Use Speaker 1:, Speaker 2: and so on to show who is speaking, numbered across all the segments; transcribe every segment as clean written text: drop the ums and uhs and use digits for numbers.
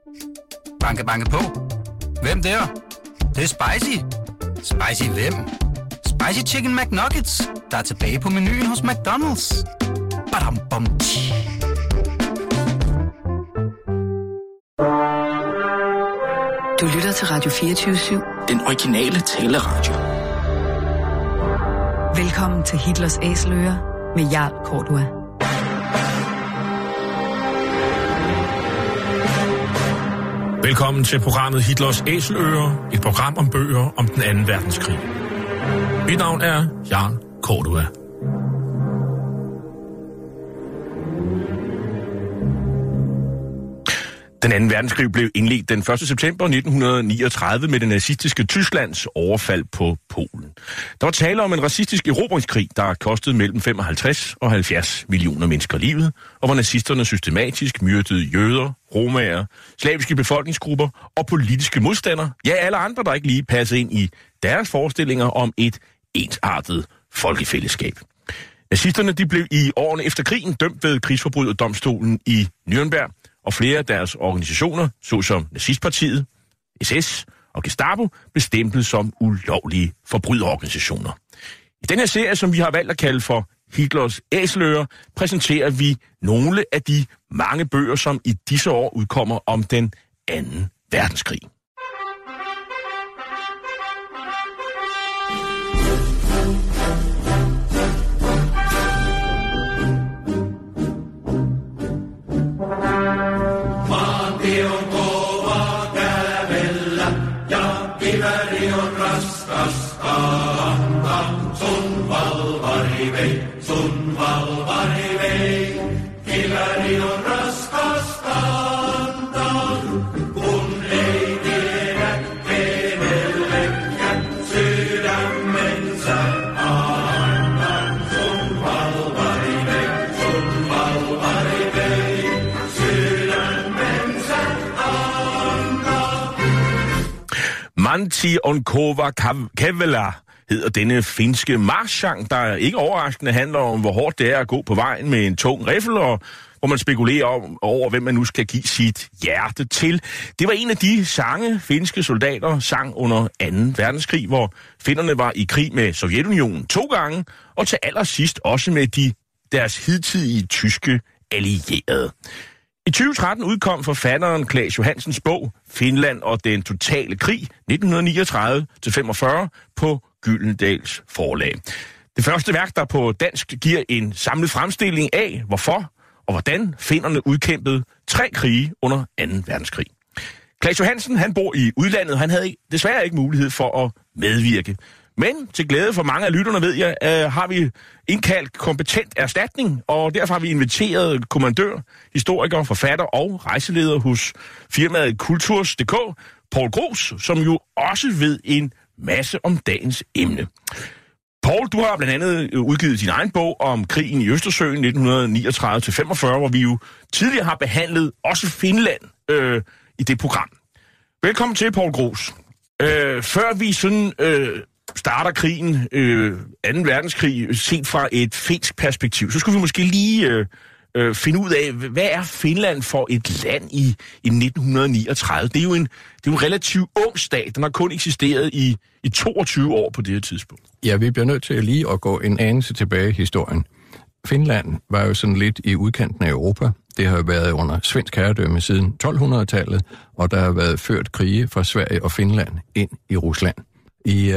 Speaker 1: Banke, banke på. Hvem der? Det er spicy. Spicy hvem? Spicy Chicken McNuggets, der er tilbage på menuen hos McDonald's. Badum, bom, tji.
Speaker 2: Du lytter til Radio 24/7.
Speaker 3: Den originale taleradio.
Speaker 2: Velkommen til Hitlers Æseløer med Jarl Cordua.
Speaker 4: Velkommen til programmet Hitlers Æseløer, et program om bøger om den anden verdenskrig. Mit navn er Jarl Cordua. Den anden verdenskrig blev indledt den 1. september 1939 med det nazistiske Tysklands overfald på Polen. Der var tale om en racistisk erobringskrig, der kostede mellem 55 og 70 millioner mennesker livet, og hvor nazisterne systematisk myrdede jøder, romaer, slaviske befolkningsgrupper og politiske modstandere, ja alle andre, der ikke lige passede ind i deres forestillinger om et ensartet folkefællesskab. Nazisterne de blev i årene efter krigen dømt ved krigsforbryderdomstolen i Nürnberg, og flere af deres organisationer, såsom Nazistpartiet, SS og Gestapo, blev stemplet som ulovlige forbryderorganisationer. I denne her serie, som vi har valgt at kalde for Hitlers Æseløer, præsenterer vi nogle af de mange bøger, som i disse år udkommer om den anden verdenskrig. Mantionkova Kevela hedder denne finske marchsang, der ikke overraskende handler om, hvor hårdt det er at gå på vejen med en tung riffel, og hvor man spekulerer over, hvem man nu skal give sit hjerte til. Det var en af de sange, finske soldater sang under 2. verdenskrig, hvor finnerne var i krig med Sovjetunionen 2 gange, og til allersidst også med deres hidtidige tyske allierede. I 2013 udkom forfatteren Claes Johansens bog Finland og den totale krig 1939-45 på Gyldendals forlag. Det første værk, der på dansk giver en samlet fremstilling af, hvorfor og hvordan finnerne udkæmpede 3 krige under 2. verdenskrig. Claes Johansen, han bor i udlandet, og han havde desværre ikke mulighed for at medvirke. Men til glæde for mange af lytterne, ved jeg, har vi indkaldt kompetent erstatning, og derfor har vi inviteret kommandør, historiker, forfatter og rejseleder hos firmaet Kulturs.dk, Poul Gros, som jo også ved en masse om dagens emne. Poul, du har blandt andet udgivet din egen bog om krigen i Østersøen 1939-45, hvor vi jo tidligere har behandlet også Finland i det program. Velkommen til, Poul Gros. Før vi sådan starter krigen, 2. verdenskrig, set fra et finsk perspektiv, så skulle vi måske lige finde ud af, hvad er Finland for et land i 1939? Det er jo en relativt ung stat, den har kun eksisteret i 22 år på det her tidspunkt.
Speaker 5: Ja, vi bliver nødt til lige at gå en anelse tilbage i historien. Finland var jo sådan lidt i udkanten af Europa. Det har været under svensk herredømme siden 1200-tallet, og der har været ført krige fra Sverige og Finland ind i Rusland. I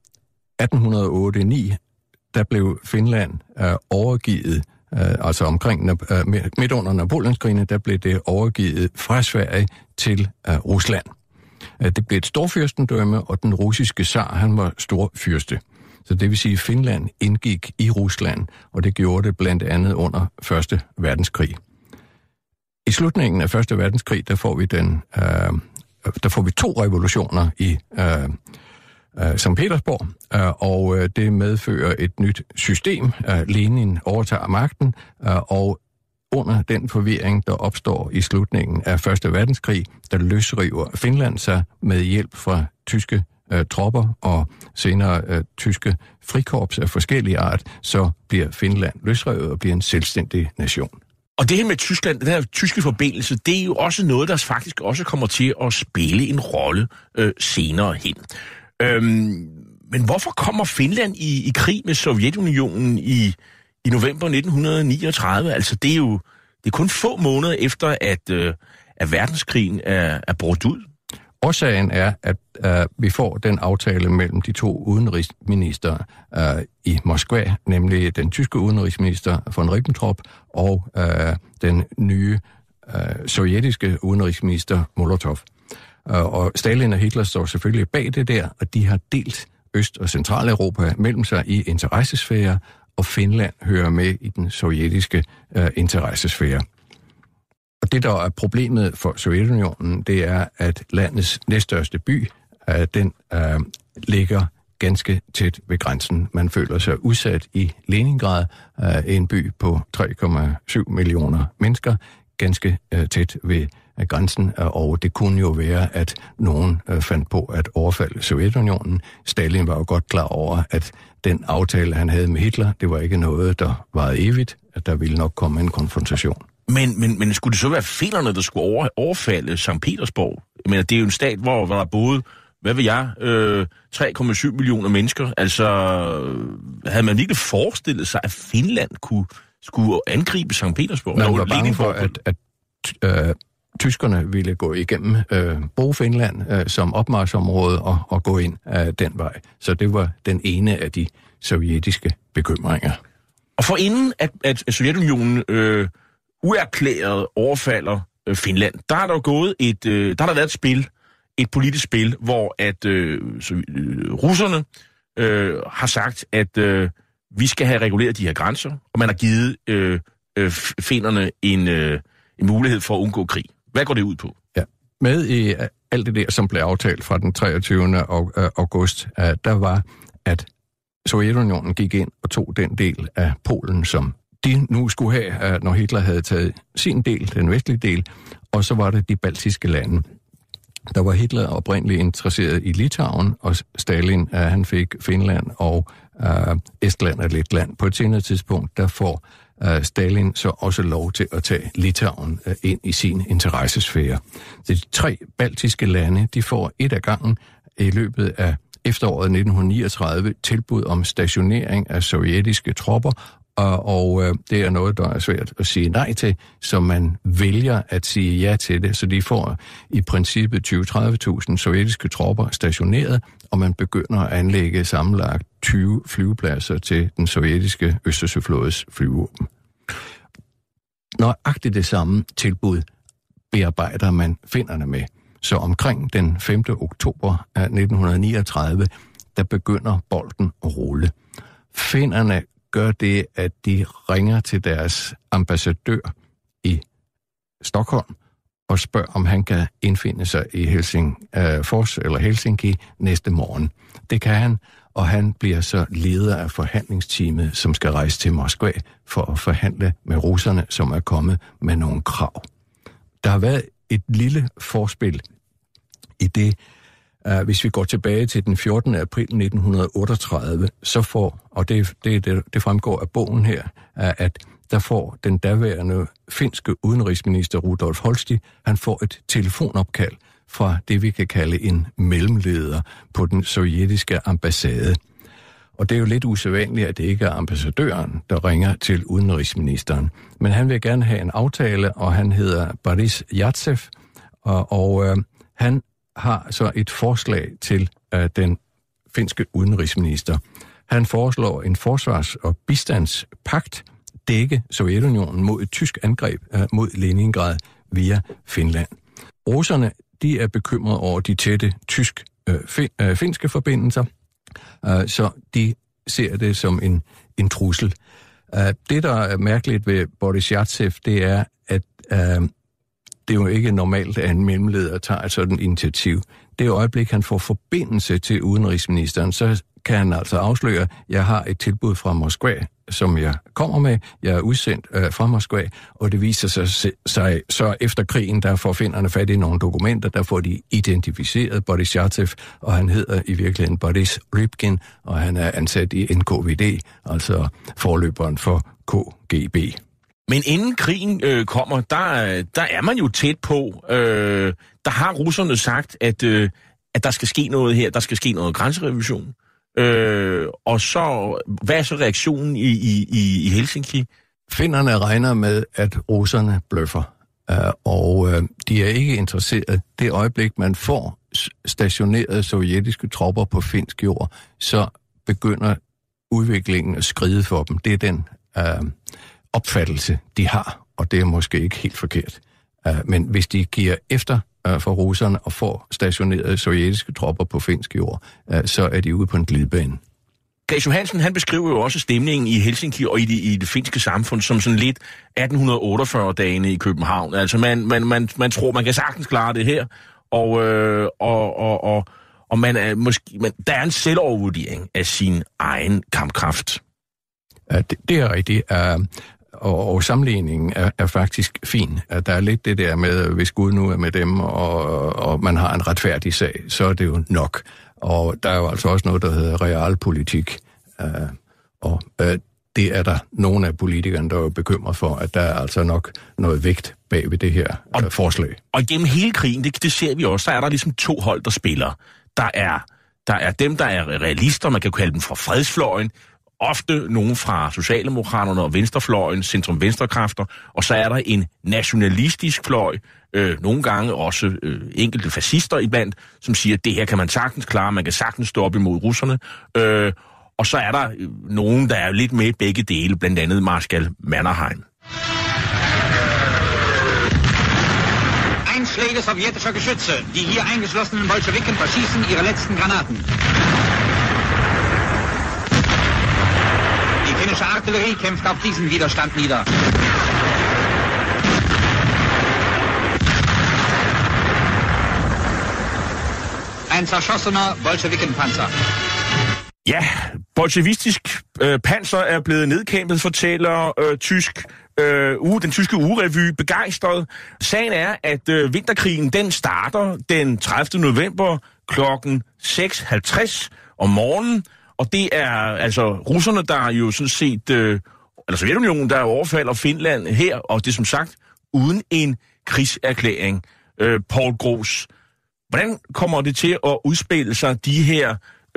Speaker 5: 1808-9, der blev Finland overgivet, altså omkring midt under Napoleonskrigene, der blev det overgivet fra Sverige til Rusland. Det blev et storfyrstendømme, og den russiske zar, han var storfyrste. Så det vil sige, at Finland indgik i Rusland, og det gjorde det blandt andet under 1. verdenskrig. I slutningen af 1. verdenskrig, der får vi 2 revolutioner i Sankt Petersborg, og det medfører et nyt system. Lenin overtager magten, og under den forvirring, der opstår i slutningen af 1. verdenskrig, der løsriver Finland sig med hjælp fra tyske tropper og senere tyske frikorps af forskellige art, så bliver Finland løsrevet og bliver en selvstændig nation.
Speaker 4: Og det her med Tyskland, den her tyske forbindelse, det er jo også noget, der faktisk også kommer til at spille en rolle senere hen. Men hvorfor kommer Finland i krig med Sovjetunionen i november 1939? Altså, det er kun få måneder efter, at verdenskrigen er brudt ud.
Speaker 5: Årsagen er, at vi får den aftale mellem de to udenrigsminister i Moskva, nemlig den tyske udenrigsminister von Ribbentrop og den nye sovjetiske udenrigsminister Molotov. Og Stalin og Hitler står selvfølgelig bag det der, og de har delt Øst- og Centraleuropa mellem sig i interessesfære, og Finland hører med i den sovjetiske interessesfære. Og det, der er problemet for Sovjetunionen, det er, at landets næststørste by, den ligger ganske tæt ved grænsen. Man føler sig udsat i Leningrad, en by på 3,7 millioner mennesker, ganske tæt ved grænsen, og det kunne jo være, at nogen fandt på at overfalde Sovjetunionen. Stalin var jo godt klar over, at den aftale, han havde med Hitler, det var ikke noget, der var evigt, at der ville nok komme en konfrontation.
Speaker 4: Men skulle det så være finnerne, der skulle overfalde St. Petersborg? Men det er jo en stat, hvor der boede, hvad ved jeg, 3,7 millioner mennesker. Altså, havde man virkelig forestillet sig, at Finland skulle angribe St. Petersborg?
Speaker 5: Man var bange for, at tyskerne ville gå igennem bruge Finland som opmarchområde og gå ind den vej. Så det var den ene af de sovjetiske bekymringer.
Speaker 4: Og for inden at Sovjetunionen uerklæret overfalder Finland, der har der jo gået der har været et politisk spil, hvor at russerne har sagt, at vi skal have reguleret de her grænser, og man har givet finnerne en mulighed for at undgå krig. Hvad går det ud på?
Speaker 5: Ja. Med i alt det der, som blev aftalt fra den 23. august, der var, at Sovjetunionen gik ind og tog den del af Polen, som de nu skulle have, når Hitler havde taget sin del, den vestlige del, og så var det de baltiske lande. Der var Hitler oprindeligt interesseret i Litauen, og Stalin, han fik Finland og Estland og Letland. På et senere tidspunkt, der får Stalin så også lov til at tage Litauen ind i sin interessesfære. De 3 baltiske lande, de får et af gangen i løbet af efteråret 1939 tilbud om stationering af sovjetiske tropper, og det er noget, der er svært at sige nej til, så man vælger at sige ja til det. Så de får i princippet 20-30.000 sovjetiske tropper stationeret, og man begynder at anlægge sammenlagt 20 flyvepladser til den sovjetiske Østersøflådes flyvevåben. Nøjagtigt det samme tilbud bearbejder man finnerne med. Så omkring den 5. oktober 1939, der begynder bolden at rulle. Finnerne gør det, at de ringer til deres ambassadør i Stockholm og spørger, om han kan indfinde sig i Helsingfors eller Helsinki næste morgen. Det kan han, og han bliver så leder af forhandlingsteamet, som skal rejse til Moskva for at forhandle med russerne, som er kommet med nogle krav. Der har været et lille forspil i det. Hvis vi går tilbage til den 14. april 1938, så får, og det fremgår af bogen her, at der får den daværende finske udenrigsminister Rudolf Holsti, han får et telefonopkald fra det, vi kan kalde en mellemleder på den sovjetiske ambassade. Og det er jo lidt usædvanligt, at det ikke er ambassadøren, der ringer til udenrigsministeren. Men han vil gerne have en aftale, og han hedder Boris Yatsev, og han har så et forslag til den finske udenrigsminister. Han foreslår en forsvars- og bistandspagt dække Sovjetunionen mod et tysk angreb mod Leningrad via Finland. Russerne, de er bekymrede over de tætte tysk-finske forbindelser, så de ser det som en trussel. Det, der er mærkeligt ved Boris Yatsev, det er, at det er jo ikke normalt, at en mellemleder tager et sådan initiativ. Det øjeblik, han får forbindelse til udenrigsministeren, så kan han altså afsløre, at jeg har et tilbud fra Moskva, som jeg kommer med. Jeg er udsendt fra Moskva, og det viser sig så efter krigen, der får finnerne fat i nogle dokumenter, der får de identificeret Boris Yatsev, og han hedder i virkeligheden Boris Rybkin, og han er ansat i NKVD, altså forløberen for KGB.
Speaker 4: Men inden krigen kommer, der er man jo tæt på. Der har russerne sagt, at der skal ske noget her. Der skal ske noget grænserevision. Og så, hvad er så reaktionen i Helsinki?
Speaker 5: Finnerne regner med, at russerne bløffer. Og de er ikke interesseret. Det øjeblik, man får stationerede sovjetiske tropper på finsk jord, så begynder udviklingen at skride for dem. Det er den opfattelse, de har, og det er måske ikke helt forkert. Men hvis de giver efter for russerne og får stationerede sovjetiske tropper på finsk jord, så er de ude på en glidebane.
Speaker 4: Claes Johansen, han beskriver jo også stemningen i Helsinki og i det finske samfund som sådan lidt 1848-dagene i København. Altså man tror, man kan sagtens klare det her, og man er der er en selvovervurdering af sin egen kampkraft.
Speaker 5: Det er rigtigt. Og sammenligningen er faktisk fin. Der er lidt det der med, hvis Gud nu er med dem, og man har en retfærdig sag, så er det jo nok. Og der er jo altså også noget, der hedder realpolitik. Det er der nogle af politikerne, der er bekymret for, at der er altså nok noget vægt bag ved det her forslag. Og
Speaker 4: igennem hele krigen, det ser vi også, så er der ligesom to hold, der spiller. Der er dem, der er realister, man kan kalde dem fra fredsfløjen, ofte nogen fra Socialdemokraterne og venstrefløjen, centrum-venstrekræfter, og så er der en nationalistisk fløj, nogle gange også enkelte fascister iblandt, som siger, at det her kan man sagtens klare, man kan sagtens stå op imod russerne, og så er der nogen, der er lidt med begge dele, blandt andet Marskal Mannerheim.
Speaker 6: Einschläge sowjetischer Geschütze. Die hier eingeschlossenen Bolschewiken verschießen ihre letzten Granaten. Die finnische Artillerie kämpft auf diesen Widerstand nieder. Ein zerschossener Bolschewikenpanzer.
Speaker 4: Ja, bolsjevistisk panser er blevet nedkæmpet, fortæller den tyske ugerevy begejstret. Sagen er, at vinterkrigen den starter den 30. november klokken 6:50 om morgenen, og det er altså russerne, der jo sådan set, eller Sovjetunionen, der overfalder Finland her, og det er som sagt uden en krigserklæring. Poul Gros, hvordan kommer det til at udspille sig de her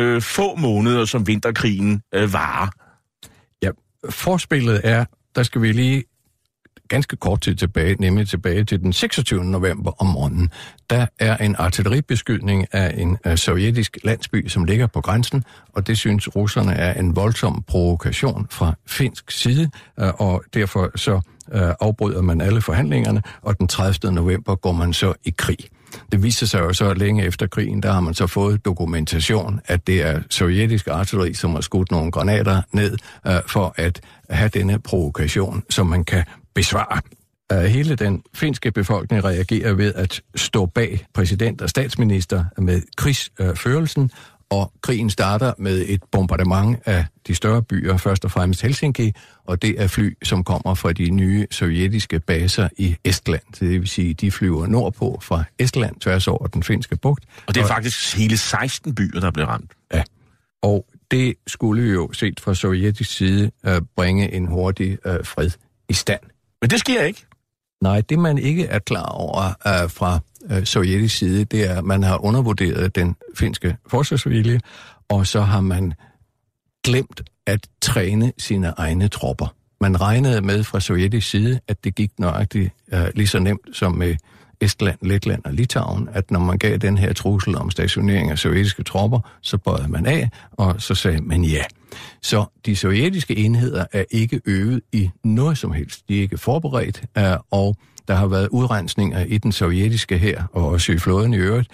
Speaker 4: få måneder, som vinterkrigen varer?
Speaker 5: Ja, forspillet er, der skal vi lige ganske kort tid tilbage, nemlig tilbage til den 26. november om morgenen. Der er en artilleribeskydning af en sovjetisk landsby, som ligger på grænsen, og det synes russerne er en voldsom provokation fra finsk side, og derfor så afbryder man alle forhandlingerne, og den 30. november går man så i krig. Det viser sig jo så længe efter krigen, der har man så fået dokumentation, at det er sovjetisk artilleri, som har skudt nogle granater ned for at have denne provokation, som man kan besvare. Hele den finske befolkning reagerer ved at stå bag præsident og statsminister med krigsførelsen, og krigen starter med et bombardement af de større byer, først og fremmest Helsinki, og det er fly, som kommer fra de nye sovjetiske baser i Estland. Det vil sige, de flyver nordpå fra Estland tværs over den finske bugt.
Speaker 4: Og det er faktisk hele 16 byer, der bliver ramt.
Speaker 5: Ja, og det skulle jo set fra sovjetisk side bringe en hurtig fred i stand.
Speaker 4: Men det sker ikke.
Speaker 5: Nej, det man ikke er klar over fra sovjetisk side, det er, at man har undervurderet den finske forsvarsvilje, og så har man glemt at træne sine egne tropper. Man regnede med fra sovjetisk side, at det gik nøjagtigt lige så nemt som med Estland, Letland og Litauen, at når man gav den her trussel om stationering af sovjetiske tropper, så bøjede man af, og så sagde man ja. Så de sovjetiske enheder er ikke øvet i noget som helst. De er ikke forberedt, og der har været udrensninger i den sovjetiske hær, og også i flåden i øvrigt,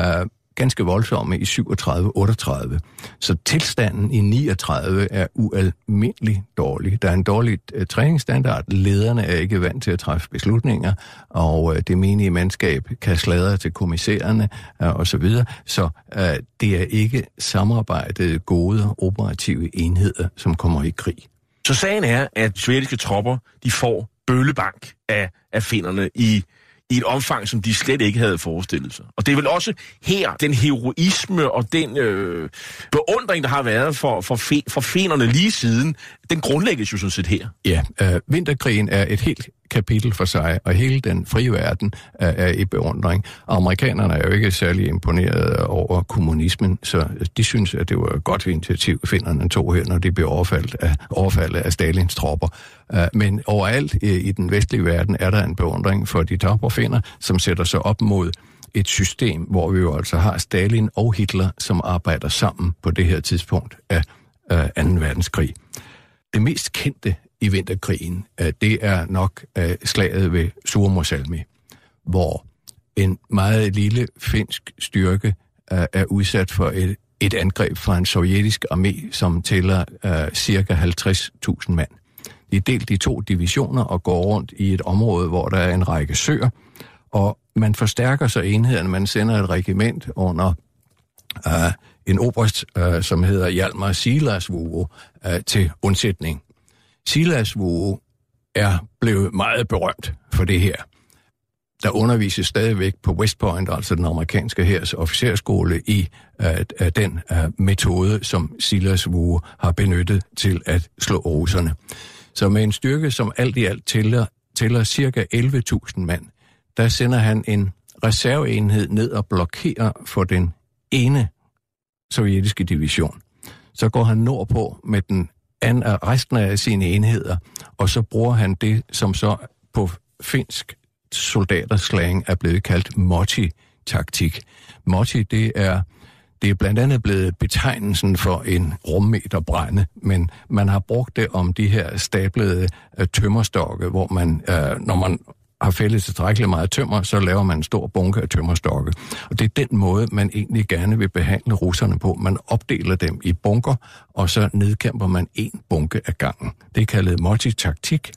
Speaker 5: ganske voldsomme i 37-38. Så tilstanden i 39 er ualmindelig dårlig. Der er en dårlig træningsstandard. Lederne er ikke vant til at træffe beslutninger, og det menige mandskab kan sladre til kommissærerne osv. Så det er ikke samarbejdede, gode, operative enheder, som kommer i krig.
Speaker 4: Så sagen er, at sovjetiske tropper, de får bøllebank af finnerne i i et omfang, som de slet ikke havde forestillet sig. Og det er vel også her, den heroisme og den beundring, der har været for finerne lige siden, den grundlægges jo sådan set her.
Speaker 5: Ja, vinterkrigen er et helt kapitel for sig, og hele den frie verden er i beundring. Amerikanerne er jo ikke særlig imponeret over kommunismen, så de synes, at det var et godt initiativ, finnerne tog her, når de blev overfaldet af Stalins tropper. Men overalt i den vestlige verden er der en beundring for de tapre finner, som sætter sig op mod et system, hvor vi jo altså har Stalin og Hitler, som arbejder sammen på det her tidspunkt af 2. verdenskrig. Det mest kendte i vinterkrigen, det er nok slaget ved Suurmosalmi, hvor en meget lille finsk styrke er udsat for et angreb fra en sovjetisk armé, som tæller cirka 50.000 mand. De er delt i 2 divisioner og går rundt i et område, hvor der er en række søer, og man forstærker så enheden. Man sender et regiment under en oberst, som hedder Hjalmar Siilasvuo, til undsætning. Siilasvuo er blevet meget berømt for det her. Der undervises stadigvæk på West Point, altså den amerikanske hærs officerskole, i den metode, som Siilasvuo har benyttet til at slå russerne. Så med en styrke, som alt i alt tæller cirka 11.000 mand, der sender han en reserveenhed ned og blokerer for den ene sovjetiske division. Så går han nordpå med resten af sine enheder, og så bruger han det, som så på finsk soldaterslang er blevet kaldt Mochi-taktik. Mochi, det er blandt andet blevet betegnelsen for en rummeter brænde, men man har brugt det om de her stablede tømmerstokke, hvor man, når man har fældet tilstrækkeligt meget tømmer, så laver man en stor bunke af tømmerstokke. Og det er den måde, man egentlig gerne vil behandle russerne på. Man opdeler dem i bunker, og så nedkæmper man en bunke af gangen. Det er kaldet Mochi-taktik.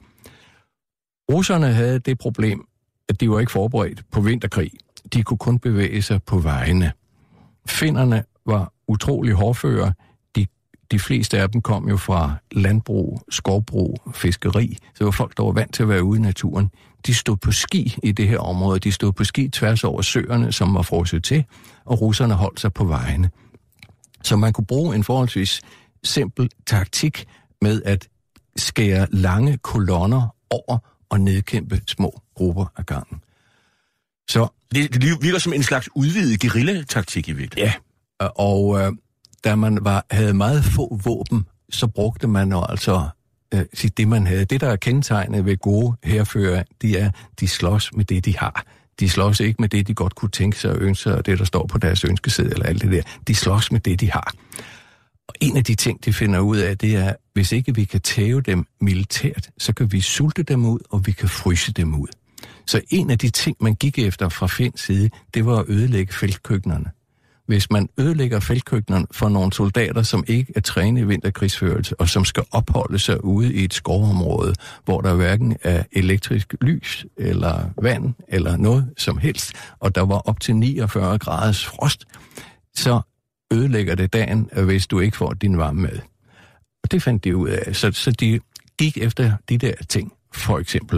Speaker 5: Russerne havde det problem, at de var ikke forberedt på vinterkrig. De kunne kun bevæge sig på vejene. Finnerne var utrolig hårdføre. De fleste af dem kom jo fra landbrug, skovbrug, fiskeri. Så det var folk, der var vant til at være ude i naturen. De stod på ski i det her område. De stod på ski tværs over søerne, som var frosset til, og russerne holdt sig på vejene. Så man kunne bruge en forholdsvis simpel taktik med at skære lange kolonner over og nedkæmpe små grupper af gangen. Så
Speaker 4: det virker som en slags udvidet guerillataktik i virkeligheden.
Speaker 5: Ja, og da man havde meget få våben, så brugte man jo altså det, man havde. Det, der er kendetegnet ved gode hærførere, de slås med det, de har. De slås ikke med det, de godt kunne tænke sig og ønske sig, og det, der står på deres ønskeseddel eller alt det der. De slås med det, de har. Og en af de ting, de finder ud af, det er, hvis ikke vi kan tæve dem militært, så kan vi sulte dem ud, og vi kan fryse dem ud. Så en af de ting, man gik efter fra Finns side, det var at ødelægge feltkøkkenerne. Hvis man ødelægger feltkøkkenerne for nogle soldater, som ikke er trænet i vinterkrigsførelse, og som skal opholde sig ude i et skovområde, hvor der hverken er elektrisk lys, eller vand, eller noget som helst, og der var op til 49 graders frost, så ødelægger det dagen, hvis du ikke får din varme med. Og det fandt de ud af. Så de gik efter de der ting. For eksempel,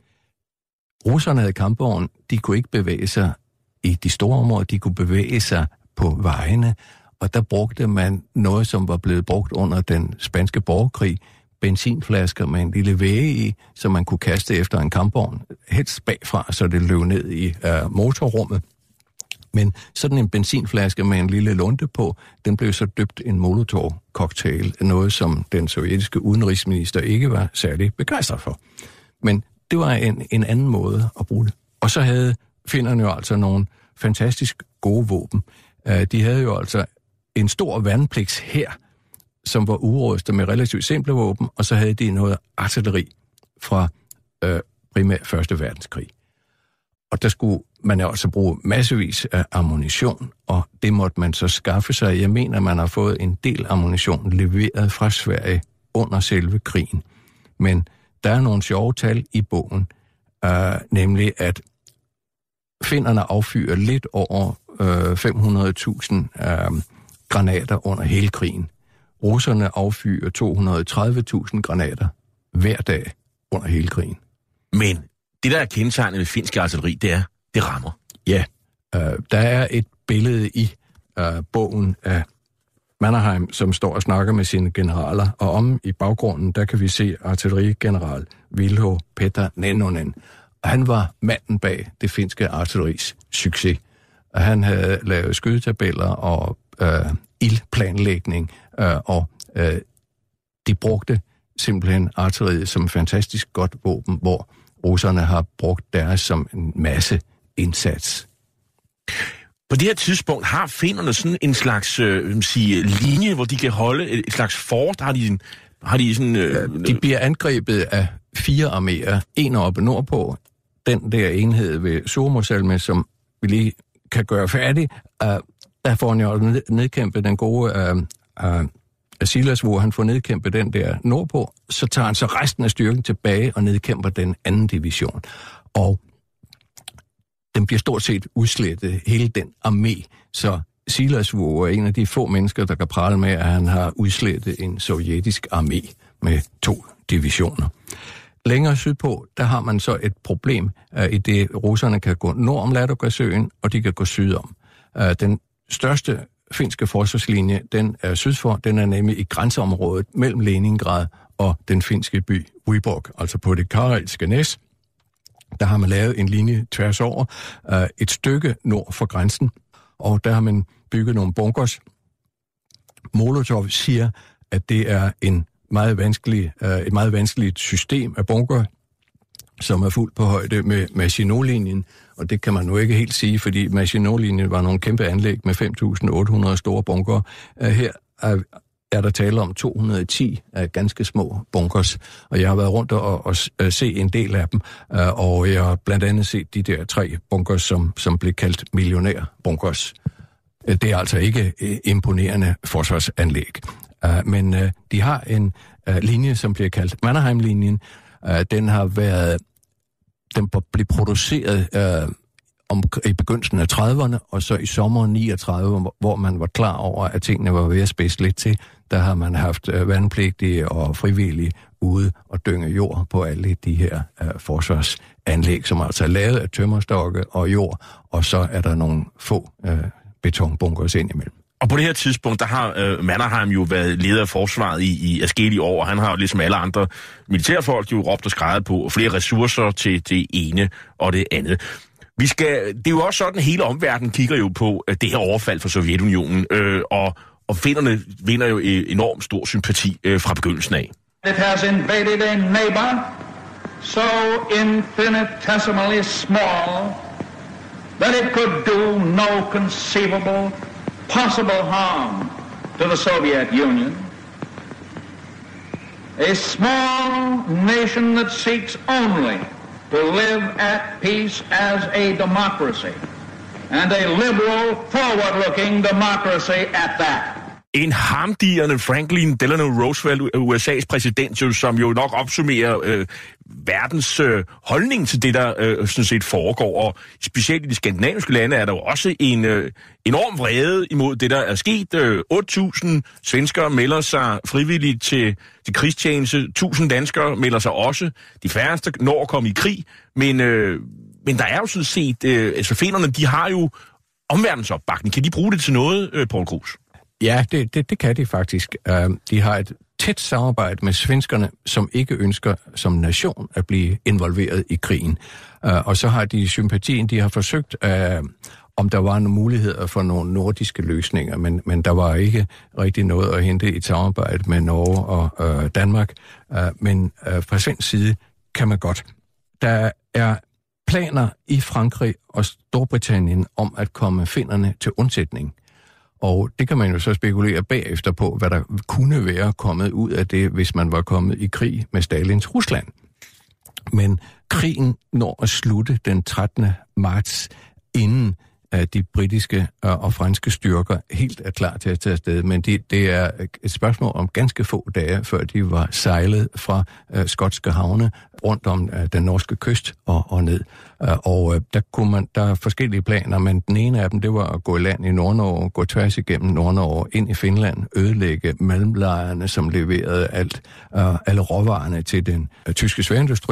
Speaker 5: russerne havde kampvogn, de kunne ikke bevæge sig i de store områder, de kunne bevæge sig på vejene, og der brugte man noget, som var blevet brugt under den spanske borgerkrig, benzinflasker med en lille væge i, som man kunne kaste efter en kampvogn, helst bagfra, så det løb ned i motorrummet. Men sådan en benzinflaske med en lille lunte på, den blev så døbt en Molotov-cocktail, noget som den sovjetiske udenrigsminister ikke var særlig begejstret for. Men det var en anden måde at bruge det. Og så havde finnerne jo altså nogle fantastisk gode våben. De havde jo altså en stor værnepligtshær, som var udrustet med relativt simple våben, og så havde de noget artilleri fra primært 1. verdenskrig. Og der skulle man også bruge massevis af ammunition, og det måtte man så skaffe sig. Jeg mener, man har fået en del ammunition leveret fra Sverige under selve krigen. Men der er nogle sjove tal i bogen, nemlig at finnerne affyrer lidt over 500.000 granater under hele krigen. Russerne affyrer 230.000 granater hver dag under hele krigen.
Speaker 4: Men det, der er kendetegnet ved finsk artilleri, det er, det rammer.
Speaker 5: Ja, der er et billede i bogen af Mannerheim, som står og snakker med sine generaler, og om i baggrunden, der kan vi se artillerigeneral Vilho Petter Nennonen. Han var manden bag det finske artilleris succes. Han havde lavet skydetabeller og ildplanlægning, og de brugte simpelthen artilleriet som fantastisk godt våben, hvor russerne har brugt deres som en masse indsats.
Speaker 4: På det her tidspunkt har finnerne sådan en slags linje, hvor de kan holde et slags fort. Har de sådan...
Speaker 5: De bliver angrebet af 4 arméer. En oppe nordpå, den der enhed ved Suomussalmi, som vi lige kan gøre færdig. Der får han jo nedkæmpet den gode Silas, hvor han får nedkæmpet den der nordpå. Så tager han så resten af styrken tilbage og nedkæmper den anden division. Og den bliver stort set udslettet, hele den armé. Så Silasvuo er en af de få mennesker, der kan prale med, at han har udslettet en sovjetisk armé med 2 divisioner. Længere sydpå, der har man så et problem, i det russerne kan gå nord om Ladoga-søen, og de kan gå sydom. Den største finske forsvarslinje, den er sydfor, den er nemlig i grænseområdet mellem Leningrad og den finske by Vyborg, altså på det karelske næs. Der har man lavet en linje tværs over, et stykke nord for grænsen, og der har man bygget nogle bunkers. Molotov siger, at det er et meget vanskeligt system af bunker, som er fuldt på højde med Maginot-linjen, og det kan man nu ikke helt sige, fordi Maginot-linjen var nogle kæmpe anlæg med 5.800 store bunker. Her er der tale om 210 ganske små bunkers, og jeg har været rundt og se en del af dem, og jeg har blandt andet set de der 3 bunkers, som blev kaldt millionærbunkers. Det er altså ikke imponerende forsvarsanlæg, men de har en linje, som bliver kaldt Mannerheim-linjen. Den blev produceret i begyndelsen af 30'erne, og så i sommeren 39, hvor man var klar over, at tingene var ved at spidse lidt til, der har man haft værnepligtige og frivillige ude og dynge jord på alle de her forsvarsanlæg, som altså er lavet af tømmerstokke og jord, og så er der nogle få betonbunkers ind imellem.
Speaker 4: Og på det her tidspunkt, der har Mannerheim jo været leder af forsvaret i adskillige år, og han har jo ligesom alle andre militærfolk jo råbt og skreget på flere ressourcer til det ene og det andet. Det er jo også sådan, at hele omverdenen kigger jo på det her overfald fra Sovjetunionen, og finnerne vinder jo enormt stor sympati fra begyndelsen af.
Speaker 6: It has invaded a neighbor so infinitesimally small that it could do no conceivable possible harm to the Soviet Union. A small nation that seeks only to live at peace as a democracy, and a liberal, forward-looking democracy at that.
Speaker 4: En harmdirrende Franklin Delano Roosevelt, USA's præsident, som jo nok opsummerer verdens holdning til det, der sådan set foregår. Og specielt i de skandinaviske lande er der jo også en enorm vrede imod det, der er sket. 8.000 svenskere melder sig frivilligt til krigstjeneste. 1.000 danskere melder sig også. De færreste når at komme i krig. Men der er jo sådan set... altså finnerne, de har jo omverdens opbakning. Kan de bruge det til noget, Poul Kruse?
Speaker 5: Ja, det kan de faktisk. De har et tæt samarbejde med svenskerne, som ikke ønsker som nation at blive involveret i krigen. Og så har de sympatien, de har forsøgt, om der var nogle muligheder for nogle nordiske løsninger, men der var ikke rigtig noget at hente i et samarbejde med Norge og Danmark. Men fra svensk side kan man godt. Der er planer i Frankrig og Storbritannien om at komme finnerne til undsætning. Og det kan man jo så spekulere bagefter på, hvad der kunne være kommet ud af det, hvis man var kommet i krig med Stalins Rusland. Men krigen når at slutte den 13. marts, inden de britiske og franske styrker helt er klar til at tage afsted. Men det er et spørgsmål om ganske få dage, før de var sejlet fra skotske havne rundt om den norske kyst og ned. Og der er forskellige planer, men den ene af dem, det var at gå i land i Nordnorge, gå tværs igennem Nordnorge, ind i Finland, ødelægge mellemlejrene, som leverede alle råvarerne til den tyske sværindustri,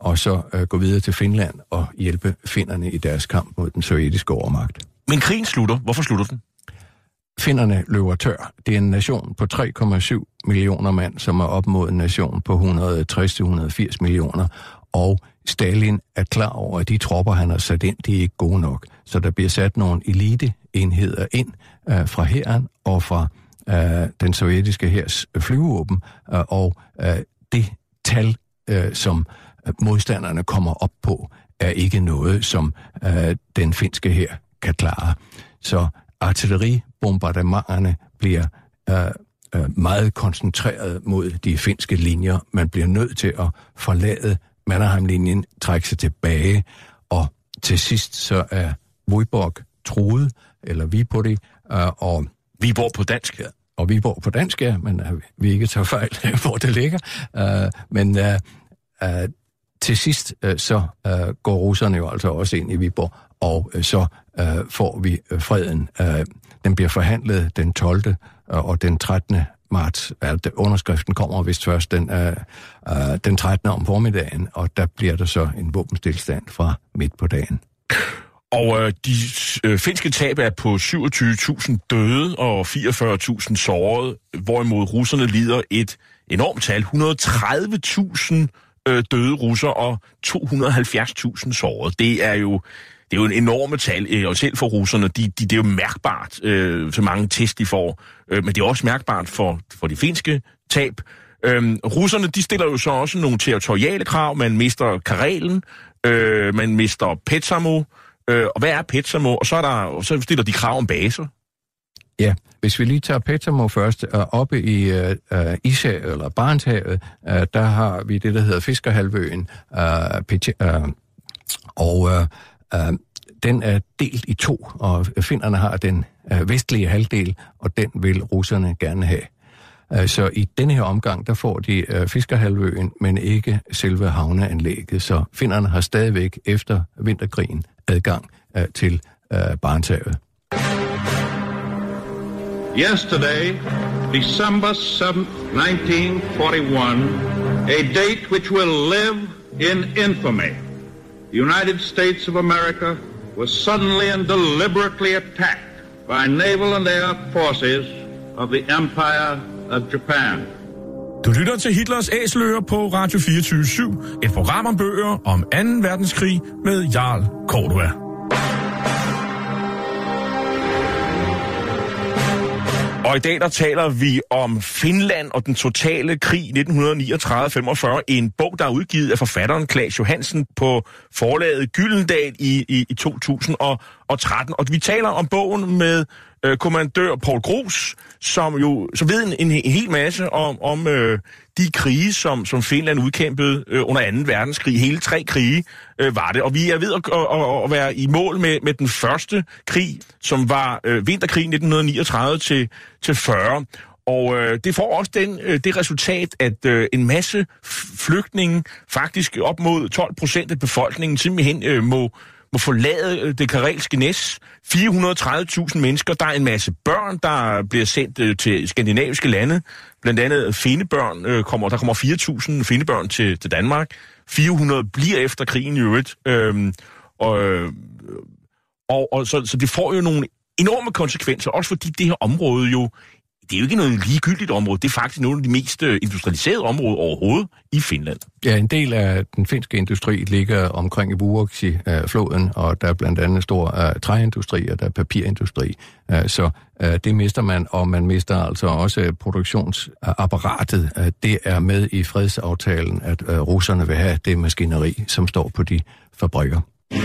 Speaker 5: og så gå videre til Finland og hjælpe finnerne i deres kamp mod den sovjetiske overmagt.
Speaker 4: Men krigen slutter. Hvorfor slutter den?
Speaker 5: Finnerne løber tør. Det er en nation på 3,7 millioner mand, som er op mod en nation på 160-180 millioner, og Stalin er klar over, at de tropper, han har sat ind, de er ikke gode nok. Så der bliver sat nogle eliteenheder ind fra hæren og fra den sovjetiske hærs flyvevåben, og det tal, som modstanderne kommer op på, er ikke noget, som den finske hær kan klare. Så artilleribombardementerne bliver meget koncentreret mod de finske linjer. Man bliver nødt til at forlade Mannerheim-linjen, trække sig tilbage, og til sidst så er Vyborg truet, eller Viborg, og
Speaker 4: Viborg på dansk.
Speaker 5: Ja, og Viborg på dansk, ja, men vi ikke tager fejl, hvor det ligger. Men til sidst så går russerne jo altså også ind i Viborg, og så får vi freden. Den bliver forhandlet den 12. og den 13. marts. Underskriften kommer vist først den 13. om formiddagen, og der bliver der så en våbenstilstand fra midt på dagen.
Speaker 4: Og de finske tab er på 27.000 døde og 44.000 sårede, hvorimod russerne lider et enormt tal. 130.000 døde russer og 270.000 sårede. Det er jo en enorme tal, og selv for russerne, det er jo mærkbart, så mange test de får, men det er også mærkbart for de finske tab. Russerne, de stiller jo så også nogle territoriale krav. Man mister Karelen, man mister Petsamo, og hvad er Petsamo? Og så stiller de krav om baser.
Speaker 5: Ja, hvis vi lige tager Petsamo først, oppe i Ishavet, eller Barentshavet, der har vi det, der hedder Fiskerhalvøen, og den er delt i to, og finnerne har den vestlige halvdel, og den vil russerne gerne have. Så i denne her omgang, der får de Fiskerhalvøen, men ikke selve havneanlægget, så finnerne har stadigvæk efter vinterkrigen adgang til Barentshavet.
Speaker 6: Yesterday, December 7th, 1941, a date which will live in infamy. The United States of America was suddenly and deliberately attacked by naval and air forces of the Empire of Japan.
Speaker 4: Du lytter til Hitlers Æseløer på Radio 24/7, et program om bøger om 2. verdenskrig med Jarl Cordua. Og i dag der taler vi om Finland og den totale krig 1939-45, en bog, der er udgivet af forfatteren Claes Johansen på forlaget Gyldendal i 2013. Og vi taler om bogen med kommandør Poul Gruus, som jo så ved en hel masse om de krige, som Finland udkæmpede under 2. verdenskrig. Hele 3 krige var det. Og vi er ved at være i mål med den første krig, som var vinterkrigen 1939-40. Og det får også det resultat, at en masse flygtninge, faktisk op mod 12% af befolkningen, simpelthen må forlade det karelske næs. 430.000 mennesker. Der er en masse børn, der bliver sendt til skandinaviske lande. Blandt andet finnebørn der kommer 4.000 finnebørn til Danmark. 400 bliver efter krigen i øvrigt. Så det får jo nogle enorme konsekvenser, også fordi det her område jo, det er jo ikke noget ligegyldigt område. Det er faktisk nogle af de mest industrialiserede områder overhovedet i Finland. Ja,
Speaker 5: en del af den finske industri ligger omkring Vuoksi-floden, og der er blandt andet stor træindustri, og der er papirindustri. Så det mister man, og man mister altså også produktionsapparatet. Det er med i fredsaftalen, at russerne vil have det maskineri, som står på de fabrikker.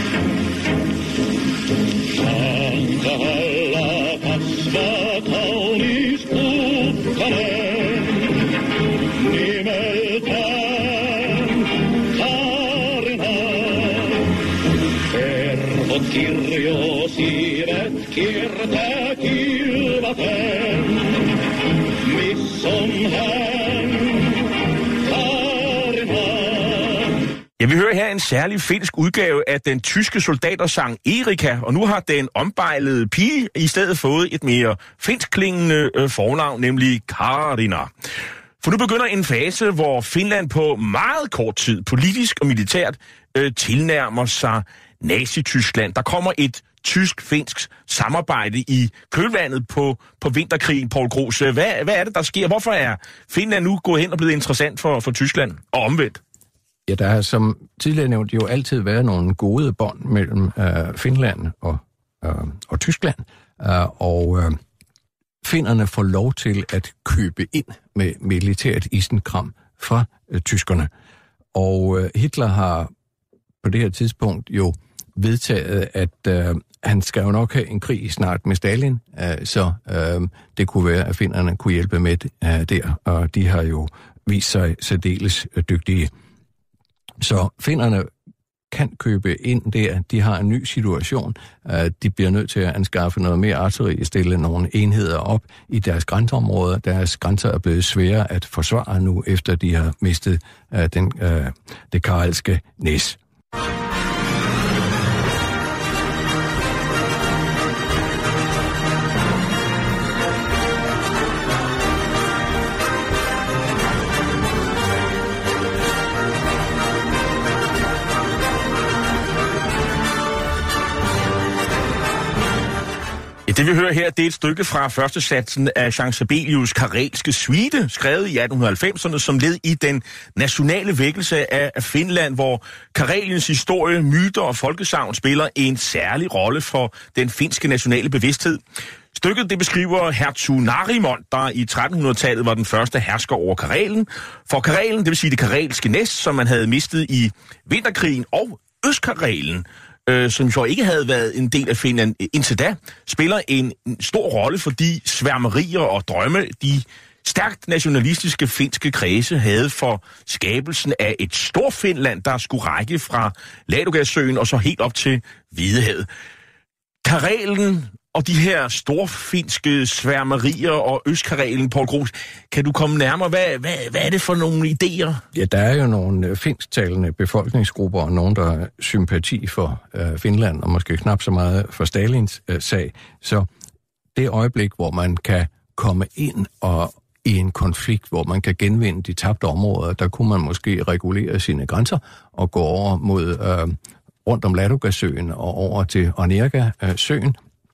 Speaker 4: Ja, vi hører her en særlig finsk udgave af den tyske soldatersang Erika, og nu har den ombejlede pige i stedet fået et mere finskklingende fornavn, nemlig Karina. For nu begynder en fase, hvor Finland på meget kort tid, politisk og militært, tilnærmer sig Nazi-Tyskland. Der kommer et tysk-finsk samarbejde i kølvandet på vinterkrigen, Poul Gros. Hvad er det, der sker? Hvorfor er Finland nu gået hen og blevet interessant for Tyskland og omvendt?
Speaker 5: Ja, der har som tidligere nævnt jo altid været nogle gode bånd mellem Finland og Tyskland, og finnerne får lov til at købe ind med militært isenkram fra tyskerne. Og Hitler har på det her tidspunkt jo vedtaget, at han skal jo nok have en krig snart med Stalin, så det kunne være, at finnerne kunne hjælpe med der, og de har jo vist sig særdeles dygtige. Så finnerne kan købe ind der. De har en ny situation. De bliver nødt til at anskaffe noget mere artilleri, stille nogle enheder op i deres grænseområder. Deres grænser er blevet svære at forsvare nu, efter de har mistet det karelske næs.
Speaker 4: Det vi hører her, det er et stykke fra første satsen af Jean Sibelius' karelske suite, skrevet i 1890'erne som led i den nationale vækkelse af Finland, hvor Kareliens historie, myter og folkesagn spiller en særlig rolle for den finske nationale bevidsthed. Stykket det beskriver hertug Narimond, der i 1300-tallet var den første hersker over Karelen. For Karelen, det vil sige det karelske næs, som man havde mistet i vinterkrigen, og Østkarelen, som jo ikke havde været en del af Finland indtil da, spiller en stor rolle, fordi sværmerier og drømme, de stærkt nationalistiske finske kredse havde for skabelsen af et stort Finland, der skulle række fra Ladogasøen og så helt op til Hvidehavet. Karelen og de her storfinske sværmerier og Østkarelen, Poul Gros, kan du komme nærmere? Hvad er det for nogle idéer?
Speaker 5: Ja, der er jo nogle finsktalende befolkningsgrupper, og nogen, der har sympati for Finland, og måske knap så meget for Stalins sag. Så det øjeblik, hvor man kan komme ind og i en konflikt, hvor man kan genvinde de tabte områder, der kunne man måske regulere sine grænser og gå over mod rundt om Ladogasøen og over til Onega-søen,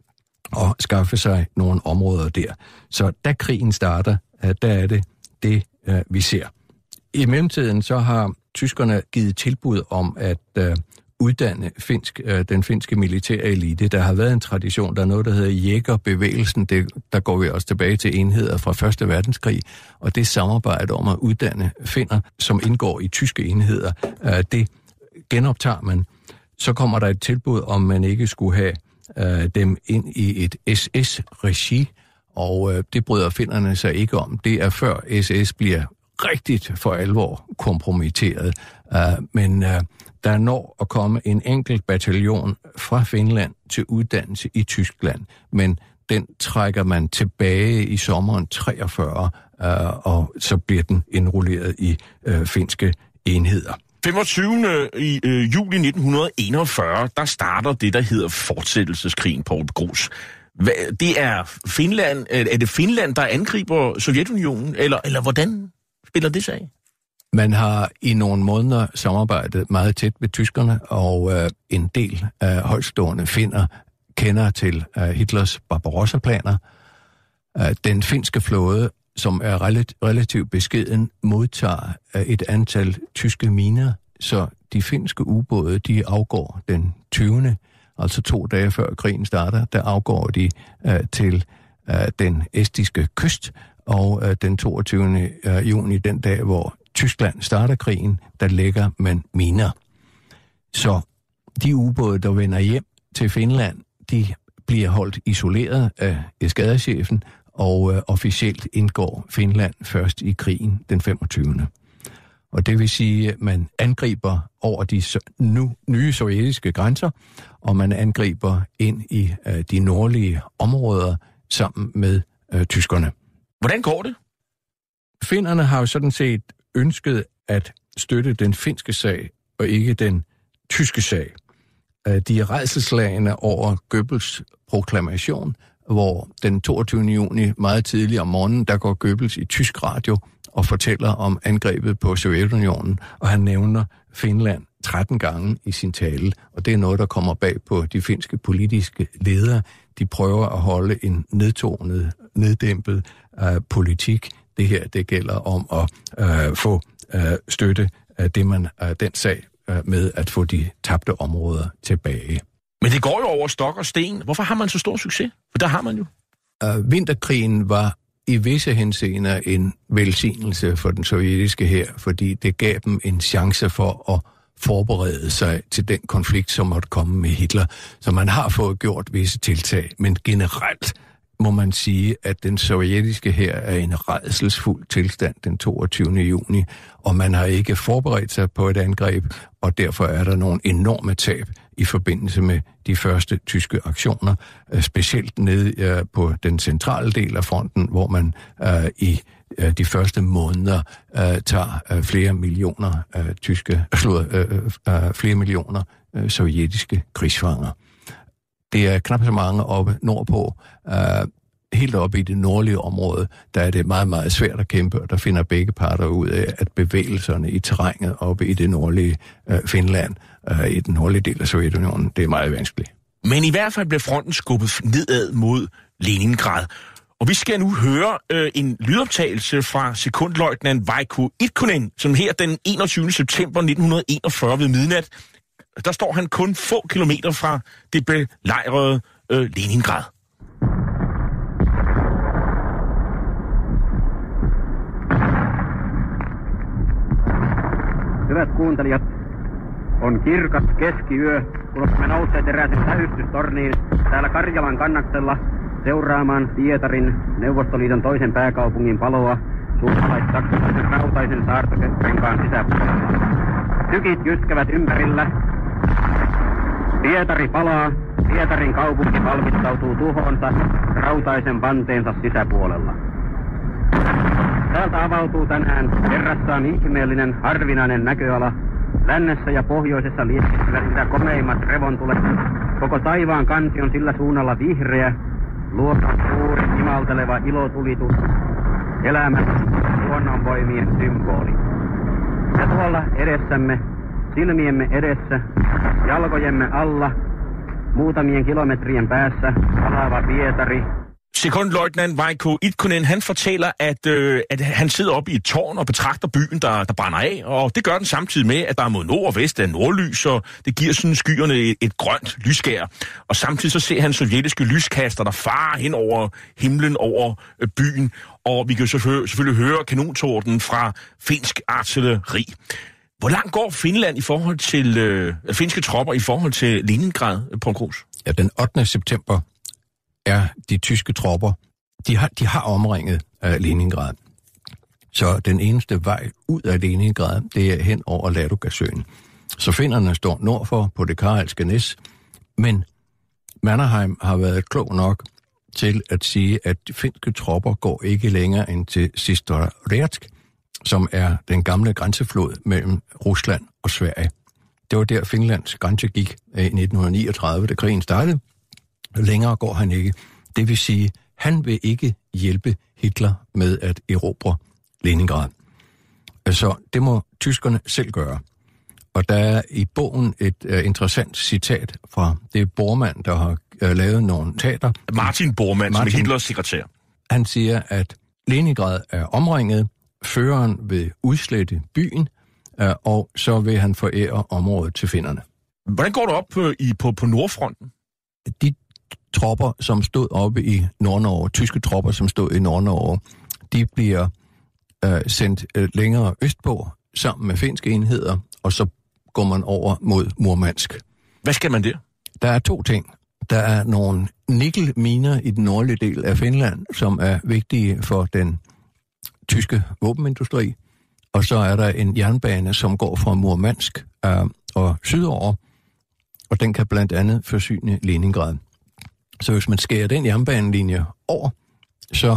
Speaker 5: og skaffe sig nogle områder der. Så da krigen starter, der er det, vi ser. I mellemtiden så har tyskerne givet tilbud om at uddanne den finske militære elite. Der har været en tradition, der er noget, der hedder jægerbevægelsen. Der går vi også tilbage til enheder fra 1. verdenskrig, og det samarbejde om at uddanne finner, som indgår i tyske enheder, det genoptager man. Så kommer der et tilbud, om man ikke skulle have dem ind i et SS-regi, og det bryder finnerne sig ikke om. Det er før SS bliver rigtigt for alvor kompromitteret. Men der når at komme en enkelt bataljon fra Finland til uddannelse i Tyskland, men den trækker man tilbage i sommeren 43, og så bliver den indrulleret i finske enheder.
Speaker 4: 25. juli 1941, der starter det, der hedder fortsættelseskrigen, Poul Gros. Det er Finland, er det Finland, der angriber Sovjetunionen, eller hvordan spiller det sig af?
Speaker 5: Man har i nogle måneder samarbejdet meget tæt med tyskerne, og en del af højtstående finner kender til Hitlers Barbarossa-planer. Den finske flåde, som er relativt beskeden, modtager et antal tyske miner, så de finske ubåde, de afgår den 20. altså 2 dage før krigen starter, der afgår de til den estiske kyst, og den 22. juni, den dag, hvor Tyskland starter krigen, der lægger man miner. Så de ubåde, der vender hjem til Finland, de bliver holdt isoleret af eskaderchefen, og officielt indgår Finland først i krigen den 25. Og det vil sige, at man angriber over de nu nye sovjetiske grænser, og man angriber ind i de nordlige områder sammen med tyskerne.
Speaker 4: Hvordan går det?
Speaker 5: Finnerne har jo sådan set ønsket at støtte den finske sag, og ikke den tyske sag. De er rædselslagene over Goebbels proklamation, hvor den 22. juni meget tidligt om morgenen, der går Goebbels i tysk radio og fortæller om angrebet på Sovjetunionen, og han nævner Finland 13 gange i sin tale, og det er noget, der kommer bag på de finske politiske ledere. De prøver at holde en nedtonet, neddæmpet politik. Det her, det gælder om at få støtte af den sag med at få de tabte områder tilbage.
Speaker 4: Men det går jo over stok og sten. Hvorfor har man så stor succes? For der har man jo.
Speaker 5: Vinterkrigen var i visse henseender en velsignelse for den sovjetiske hær, fordi det gav dem en chance for at forberede sig til den konflikt, som måtte komme med Hitler. Så man har fået gjort visse tiltag, men generelt må man sige, at den sovjetiske hær er i en rædselsfuld tilstand den 22. juni, og man har ikke forberedt sig på et angreb, og derfor er der nogle enorme tab i forbindelse med de første tyske aktioner, specielt nede på den centrale del af fronten, hvor man i de første måneder tager flere millioner sovjetiske krigsfanger. Det er knap så mange oppe nordpå. Helt oppe i det nordlige område, der er det meget, meget svært at kæmpe, og der finder begge parter ud af, at bevægelserne i terrænet oppe i det nordlige Finland, i den nordlige del af Sovjetunionen, det er meget vanskeligt.
Speaker 4: Men i hvert fald blev fronten skubbet nedad mod Leningrad. Og vi skal nu høre en lydoptagelse fra sekundløjtnant Veikko Itkonen, som her den 21. september 1941 ved midnat, der står han kun få kilometer fra det belejrede Leningrad.
Speaker 7: Hyvät kuuntelijat, on kirkas keskiyö, kun olemme nousseet erääseen tähystystorniin täällä Karjalan kannaksella seuraamaan Pietarin Neuvostoliiton toisen pääkaupungin paloa suomalais-saksalaisen rautaisen saartorenkaan sisäpuolella. Tykit jyskävät ympärillä. Pietari palaa, Pietarin kaupunki valmistautuu tuhoonsa rautaisen vanteensa sisäpuolella. Täältä avautuu tänään kerrassaan ihmeellinen, harvinainen näköala. Lännessä ja pohjoisessa liekehtivät mitä komeimmat revontulet. Koko taivaan kansi on sillä suunnalla vihreä, luokan suuri, imalteleva ilotulitus, elämän luonnonvoimien symboli. Ja tuolla edessämme, silmiemme edessä, jalkojemme alla, muutamien kilometrien päässä, palaava Pietari.
Speaker 4: Sekundløjtnant Veikko Itkonen, han fortæller, at han sidder oppe i et tårn og betragter byen, der brænder af, og det gør den samtidig med, at der mod nord og vest er nordlys, og det giver sådan skyerne et grønt lysskær. Og samtidig så ser han sovjetiske lyskaster, der farer hen over himlen over byen, og vi kan selvfølgelig høre kanontorden fra finsk artilleri. Hvor langt går Finland i forhold til finske tropper i forhold til Leningrad, Poul Kroos?
Speaker 5: Ja, den 8. september er de tyske tropper, de har omringet Leningrad. Så den eneste vej ud af Leningrad, det er hen over Ladoga-søen. Så finnerne står nordfor på det Karelske næs, men Mannerheim har været klog nok til at sige, at de finske tropper går ikke længere end til Systrorezk, som er den gamle grænseflod mellem Rusland og Sverige. Det var der Finlands grænse gik i 1939, da krigen startede. Længere går han ikke. Det vil sige, han vil ikke hjælpe Hitler med at erobre Leningrad. Så det må tyskerne selv gøre. Og der er i bogen et interessant citat fra det Bormann, der har lavet nogle notater.
Speaker 4: Martin Bormann, som er Hitlers sekretær.
Speaker 5: Han siger, at Leningrad er omringet, føreren vil udslette byen, og så vil han forære området til finnerne.
Speaker 4: Hvordan går det op på Nordfronten?
Speaker 5: De tropper, som stod oppe i Nord-Norge, tyske tropper, som stod i Nord-Norge, de bliver sendt længere østpå sammen med finske enheder, og så går man over mod Murmansk.
Speaker 4: Hvad skal man der?
Speaker 5: Der er to ting. Der er nogle nikkelminer i den nordlige del af Finland, som er vigtige for den tyske våbenindustri, og så er der en jernbane, som går fra Murmansk og sydover, og den kan blandt andet forsyne Leningrad. Så hvis man skærer den jernbanelinje over, så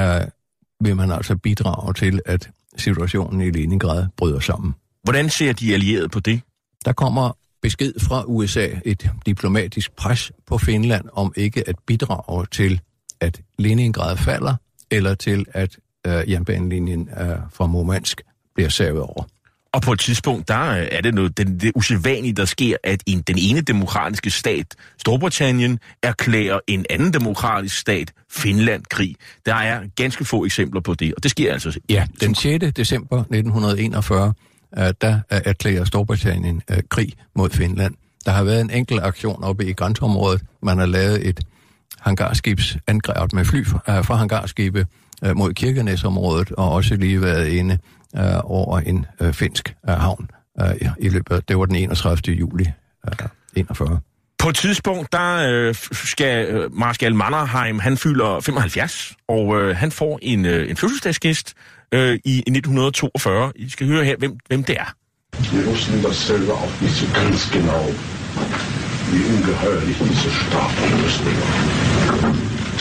Speaker 5: vil man altså bidrage til, at situationen i Leningrad bryder sammen.
Speaker 4: Hvordan ser de allierede på det?
Speaker 5: Der kommer besked fra USA, et diplomatisk pres på Finland, om ikke at bidrage til, at Leningrad falder, eller til, at jernbanelinjen fra Murmansk bliver savet over.
Speaker 4: Og på et tidspunkt, der er det noget det usædvanlige, der sker, at den ene demokratiske stat, Storbritannien, erklærer en anden demokratisk stat, Finland, krig. Der er ganske få eksempler på det, og det sker altså...
Speaker 5: Ja, den 6. december 1941, der erklærer Storbritannien krig mod Finland. Der har været en enkelt aktion oppe i grænseområdet. Man har lavet et hangarskibsangreb med fly fra hangarskibe mod Kirkenesområdet, og også lige været inde over en finsk havn i løbet af, det var den 31. juli 41.
Speaker 4: På et tidspunkt, der skal Marskal Mannerheim, han fylder 75, og han får en fødselsdagsgæst i 1942. I skal høre her, hvem det er.
Speaker 8: Wir wussten das selber auch nicht so ganz genau, wie ungeheuerlich diese Strafrüstung war.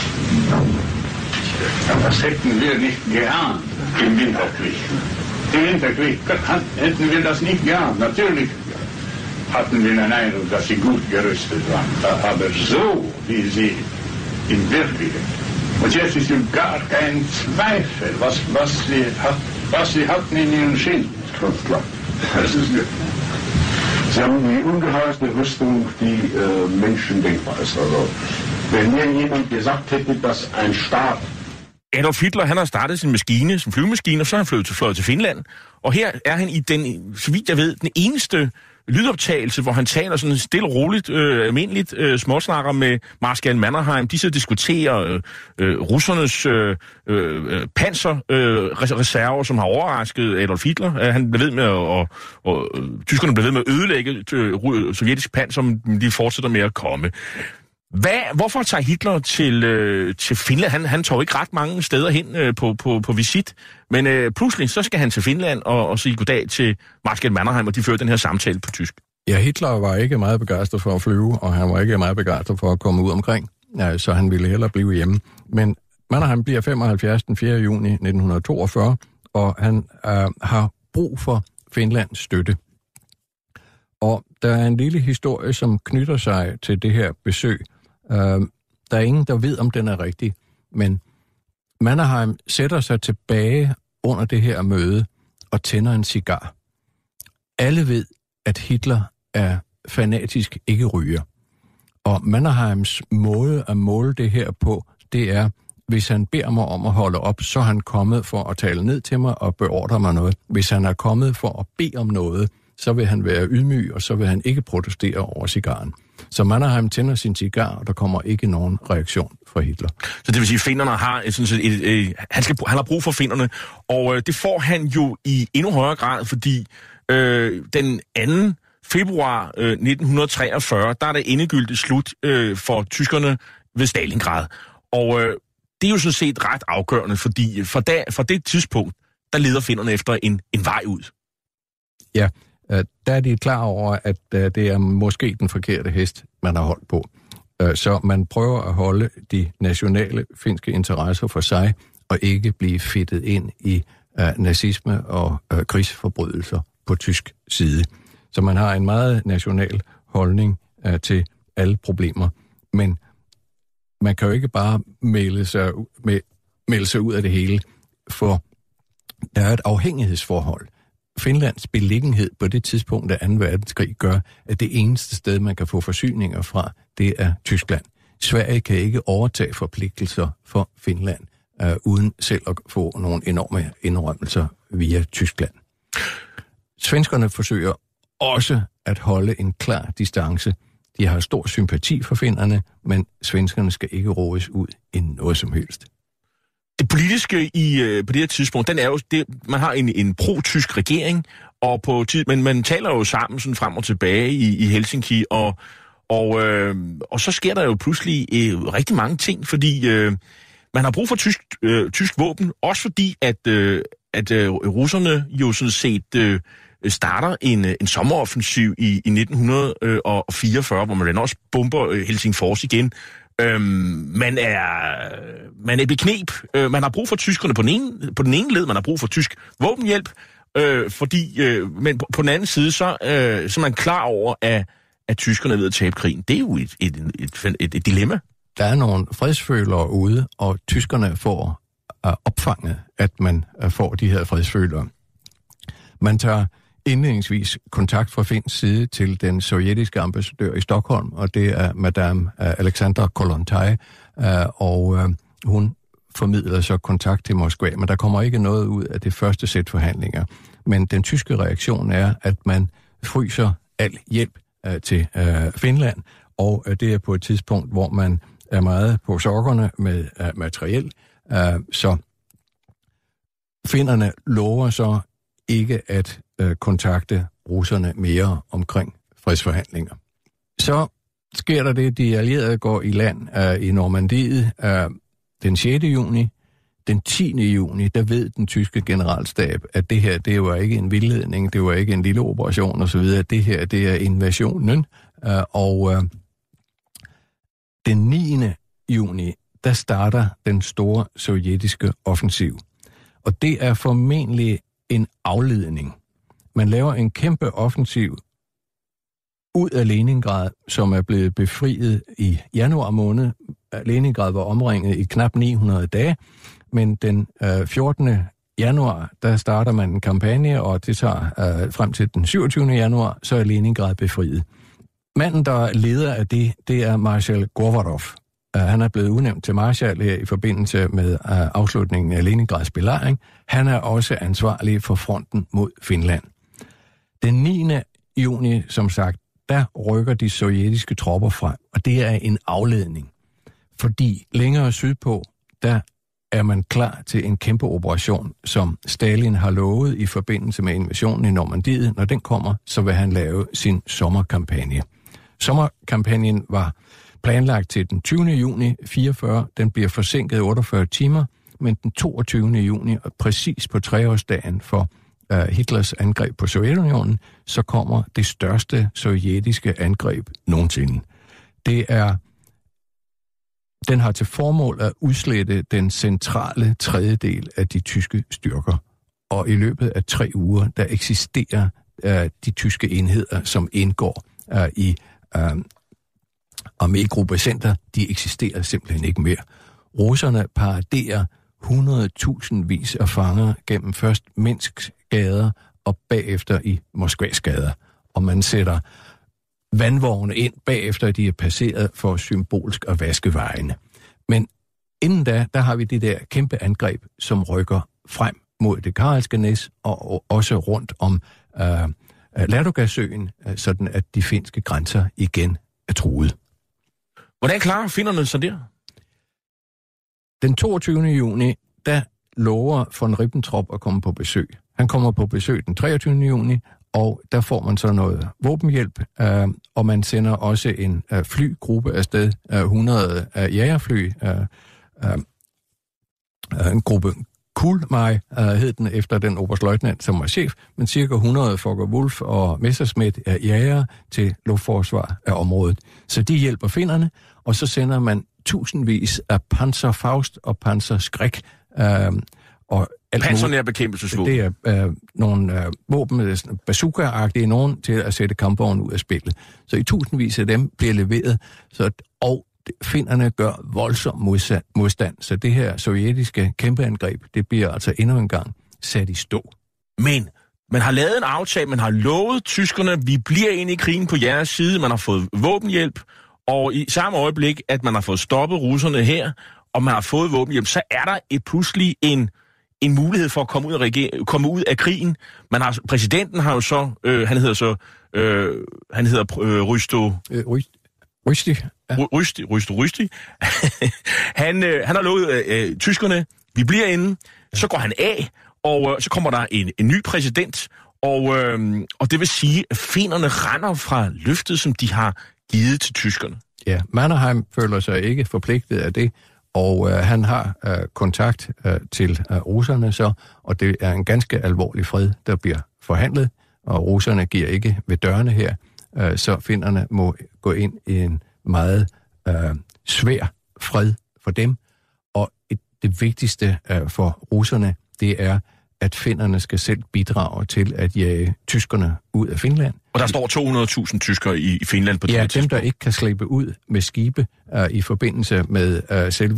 Speaker 6: Das hätten wir nicht geahnt im Winterkrieg. Im Winterkrieg hätten wir das nicht geahnt. Natürlich hatten wir den Eindruck, dass sie gut gerüstet waren. Aber so, wie sie in Wirklichkeit. Und jetzt ist ja gar kein Zweifel, was sie hatten in ihren Schild.
Speaker 8: Ganz klar. Das ist wirklich. Sie haben die ungeheuerste Rüstung, die Menschen denkbar ist. Also, wenn mir jemand gesagt hätte, dass ein Staat...
Speaker 4: Adolf Hitler, han har startet sin maskine, sin flyvemaskine, og så er han fløjet til Finland. Og her er han i den, så vidt jeg ved, den eneste lydoptagelse, hvor han taler sådan stille og roligt, almindeligt småsnakker med Marskal Mannerheim. De så diskuterer russernes panserreserver, som har overrasket Adolf Hitler. Han blev ved med og tyskerne blev ved med at ødelægge sovjetisk panser, men de fortsætter med at komme. Hvorfor tager Hitler til Finland? Han tager ikke ret mange steder hen på visit, men pludselig så skal han til Finland og sige goddag til Marskal Mannerheim, og de fører den her samtale på tysk.
Speaker 5: Ja, Hitler var ikke meget begejstret for at flyve, og han var ikke meget begejstret for at komme ud omkring, så han ville hellere blive hjemme. Men Mannerheim bliver 75 den 4. juni 1942, og han har brug for Finlands støtte. Og der er en lille historie, som knytter sig til det her besøg. Der er ingen, der ved, om den er rigtig, men Mannerheim sætter sig tilbage under det her møde og tænder en cigar. Alle ved, at Hitler er fanatisk ikke ryger. Og Mannerheims måde at måle det her på, det er, hvis han beder mig om at holde op, så er han kommet for at tale ned til mig og beordre mig noget. Hvis han er kommet for at bede om noget, så vil han være ydmyg, og så vil han ikke protestere over cigaren. Så Mannerheim tænder sin cigar, og der kommer ikke nogen reaktion fra Hitler.
Speaker 4: Så det vil sige, at finnerne har han har brug for finnerne, og det får han jo i endnu højere grad, fordi den 2. februar 1943, der er det endegyldigt slut for tyskerne ved Stalingrad. Og det er jo sådan set ret afgørende, fordi fra det tidspunkt, der leder finnerne efter en vej ud.
Speaker 5: Ja, der er de klar over, at det er måske den forkerte hest, man har holdt på. Så man prøver at holde de nationale finske interesser for sig, og ikke blive fedtet ind i nazisme og krigsforbrydelser på tysk side. Så man har en meget national holdning til alle problemer, men man kan jo ikke bare melde sig ud af det hele, for der er et afhængighedsforhold. Finlands beliggenhed på det tidspunkt af 2. verdenskrig gør, at det eneste sted, man kan få forsyninger fra, det er Tyskland. Sverige kan ikke overtage forpligtelser for Finland, uden selv at få nogle enorme indrømmelser via Tyskland. Svenskerne forsøger også at holde en klar distance. De har stor sympati for finnerne, men svenskerne skal ikke rodes ud i noget som helst.
Speaker 4: Det politiske på det her tidspunkt, den er jo, man har en pro-tysk regering, men man taler jo sammen sådan frem og tilbage i Helsinki, og så sker der jo pludselig rigtig mange ting, fordi man har brug for tysk våben, også fordi at russerne jo sådan set starter en sommeroffensiv i 1944, hvor man også bomber Helsingfors igen. Man er i bekneb. Man har brug for tyskerne på den ene led, man har brug for tysk våbenhjælp, men på den anden side, så er man klar over, at tyskerne er ved at tabe krigen. Det er jo et dilemma.
Speaker 5: Der er nogle fredsfølere ude, og tyskerne får opfanget, at man får de her fredsfølere. Man tager indledningsvis kontakt fra Finns side til den sovjetiske ambassadør i Stockholm, og det er Madame Alexandra Kollontai, og hun formidler så kontakt til Moskva, men der kommer ikke noget ud af det første sæt forhandlinger. Men den tyske reaktion er, at man fryser al hjælp til Finland, og det er på et tidspunkt, hvor man er meget på sokkerne med materiel. Så finnerne lover så ikke at kontakte russerne mere omkring fredsforhandlinger. Så sker der det, de allierede går i land i Normandiet den 6. juni. Den 10. juni, der ved den tyske generalstab, at det her, det var ikke en vildledning, det var ikke en lille operation osv. Det her, det er invasionen. Og den 9. juni, der starter den store sovjetiske offensiv. Og det er formentlig en afledning. Man laver en kæmpe offensiv ud af Leningrad, som er blevet befriet i januar måned. Leningrad var omringet i knap 900 dage, men den 14. januar, der starter man en kampagne, og det tager frem til den 27. januar, så er Leningrad befriet. Manden, der er leder af det er Marshal Govorov. Han er blevet udnævnt til marshal her i forbindelse med afslutningen af Leningrads belejring. Han er også ansvarlig for fronten mod Finland. Den 9. juni, som sagt, der rykker de sovjetiske tropper frem, og det er en afledning. Fordi længere sydpå, der er man klar til en kæmpe operation, som Stalin har lovet i forbindelse med invasionen i Normandiet. Når den kommer, så vil han lave sin sommerkampagne. Sommerkampagnen var planlagt til den 20. juni 44. Den bliver forsinket 48 timer, men den 22. juni, præcis på 3-årsdagen for Hitlers angreb på Sovjetunionen, så kommer det største sovjetiske angreb nogensinde. Den har til formål at udslette den centrale tredjedel af de tyske styrker. Og i løbet af 3 uger, der eksisterer de tyske enheder, som indgår i armégruppe Center, de eksisterer simpelthen ikke mere. Russerne paraderer 100.000 vis af fanger gennem først Minsks gader og bagefter i Moskvas gader. Og man sætter vandvogne ind bagefter, de er passeret for symbolsk at vaske vejene. Men inden da, der har vi det der kæmpe angreb, som rykker frem mod det Karelske næs og også rundt om Ladogasøen, sådan at de finske grænser igen er truet.
Speaker 4: Hvordan klarer finnerne sig der?
Speaker 5: Den 22. juni, der lover von Ribbentrop at komme på besøg. Han kommer på besøg den 23. juni, og der får man så noget våbenhjælp, og man sender også en flygruppe afsted, 100 jagerfly, en gruppe Kulmaj hed den efter den oberstløjtnant, som var chef, men cirka 100 Fokker-Wulf og Messerschmitt er jager til luftforsvar af området. Så de hjælper finnerne, og så sender man tusindvis af Panzerfaust og Panzerskræk og
Speaker 4: pansernær bekæmpelsesvåben.
Speaker 5: Det er nogle våben, bazooka-agtige nogen, til at sætte kampvognen ud af spillet. Så i tusindvis af dem bliver leveret, og finnerne gør voldsom modstand. Så det her sovjetiske kæmpeangreb, det bliver altså endnu en gang sat i stå.
Speaker 4: Men man har lavet en aftale, man har lovet tyskerne, vi bliver inde i krigen på jeres side, man har fået våbenhjælp, og i samme øjeblik, at man har fået stoppet russerne her, og man har fået våbenhjælp, så er der pludselig en mulighed for at komme ud af krigen. Præsidenten har jo så, han hedder Rysty. Han har lovet tyskerne, vi bliver inde, så går han af, og så kommer der en ny præsident, og det vil sige, at finnerne render fra løftet, som de har givet til tyskerne.
Speaker 5: Ja, Mannerheim føler sig ikke forpligtet af det, og han har kontakt til russerne så, og det er en ganske alvorlig fred, der bliver forhandlet, og russerne giver ikke ved dørene her, så finnerne må gå ind i en meget svær fred for dem, og det vigtigste for russerne, det er, at finnerne skal selv bidrage til at jage tyskerne ud af Finland.
Speaker 4: Og der står 200.000 tyskere i Finland på det
Speaker 5: tidspunkt. Ja, dem, der ikke kan slippe ud med skibe i forbindelse med selve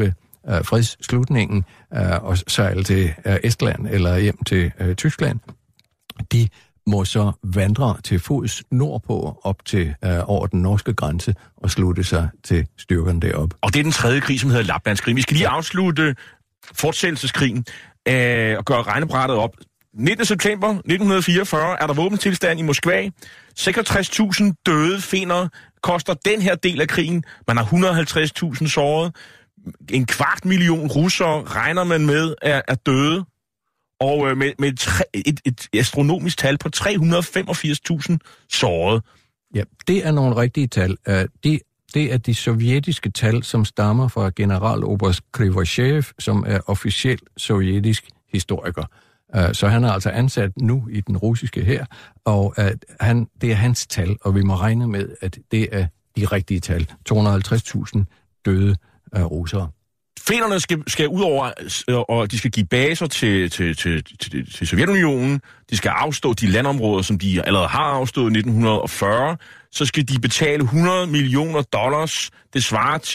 Speaker 5: fredsslutningen og sejle til Estland eller hjem til Tyskland, de må så vandre til fods nordpå op til over den norske grænse og slutte sig til styrkerne deroppe.
Speaker 4: Og det er den tredje krig, som hedder Laplandskrigen. Vi skal lige afslutte fortsættelseskrigen og gøre regnebrættet op. 19. september 1944 er der våbentilstand i Moskva. 66.000 døde finner koster den her del af krigen. Man har 150.000 såret. 250.000 russere regner man med er døde. Og med et astronomisk tal på 385.000 såret.
Speaker 5: Ja, det er nogle rigtige tal. Det er de sovjetiske tal, som stammer fra generaloberst Krivoshev, som er officielt sovjetisk historiker. Så han er altså ansat nu i den russiske hær, og det er hans tal, og vi må regne med, at det er de rigtige tal. 250.000 døde russere.
Speaker 4: Finnerne skal ud over, og de skal give baser til Sovjetunionen. De skal afstå de landområder, som de allerede har afstået i 1940. Så skal de betale $100 million. Det svarer til